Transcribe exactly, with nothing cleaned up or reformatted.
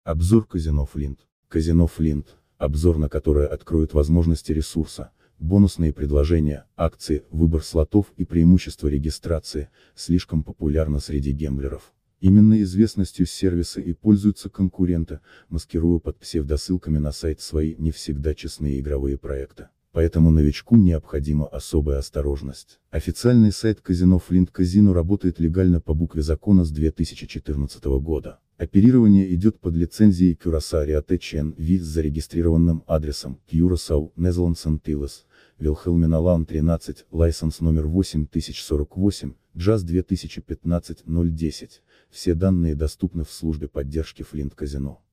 Обзор казино Flint. Казино Flint, обзор на которое откроет возможности ресурса, бонусные предложения, акции, выбор слотов и преимущества регистрации, слишком популярно среди гемблеров. Именно известностью сервиса и пользуются конкуренты, маскируя под псевдосылками на сайт свои не всегда честные игровые проекты. Поэтому новичку необходима особая осторожность. Официальный сайт казино Flint Casino работает легально по букве закона с две тысячи четырнадцатого года. Оперирование идет под лицензией Curaçao Riote N V с зарегистрированным адресом Curaçao, Netherlands Antilles, Wilhelmina тринадцать, лайсенс номер восемь тысяч сорок восемь, джаз две тысячи пятнадцать ноль десять. Все данные доступны в службе поддержки Flint Casino.